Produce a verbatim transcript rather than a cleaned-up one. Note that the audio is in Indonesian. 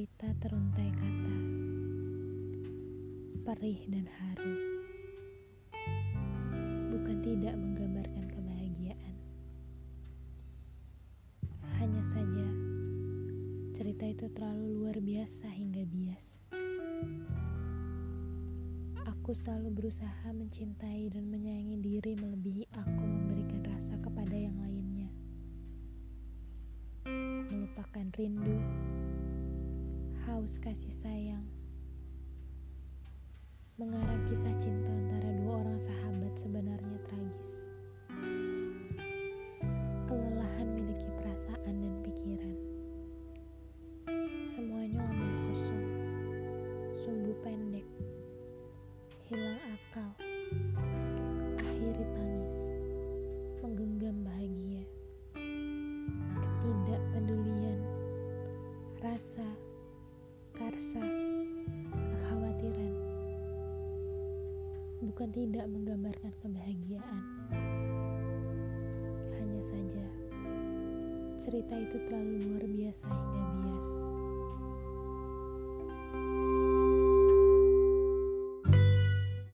cerita teruntai kata, perih dan haru, bukan tidak menggambarkan kebahagiaan. Hanya saja, cerita itu terlalu luar biasa hingga bias. Aku selalu berusaha mencintai dan menyayangi diri melebihi aku memberikan rasa kepada yang lainnya. Melupakan rindu, haus kasih sayang, mengarang kisah cinta antara dua orang sahabat sebenarnya tragis. Kelelahan miliki perasaan dan pikiran. Semuanya omong kosong, sumbu pendek, hilang akal, akhiri tangis, menggenggam bahagia, ketidakpedulian, rasa, karsa, kekhawatiran, bukan tidak menggambarkan kebahagiaan. Hanya saja, cerita itu terlalu luar biasa hingga bias.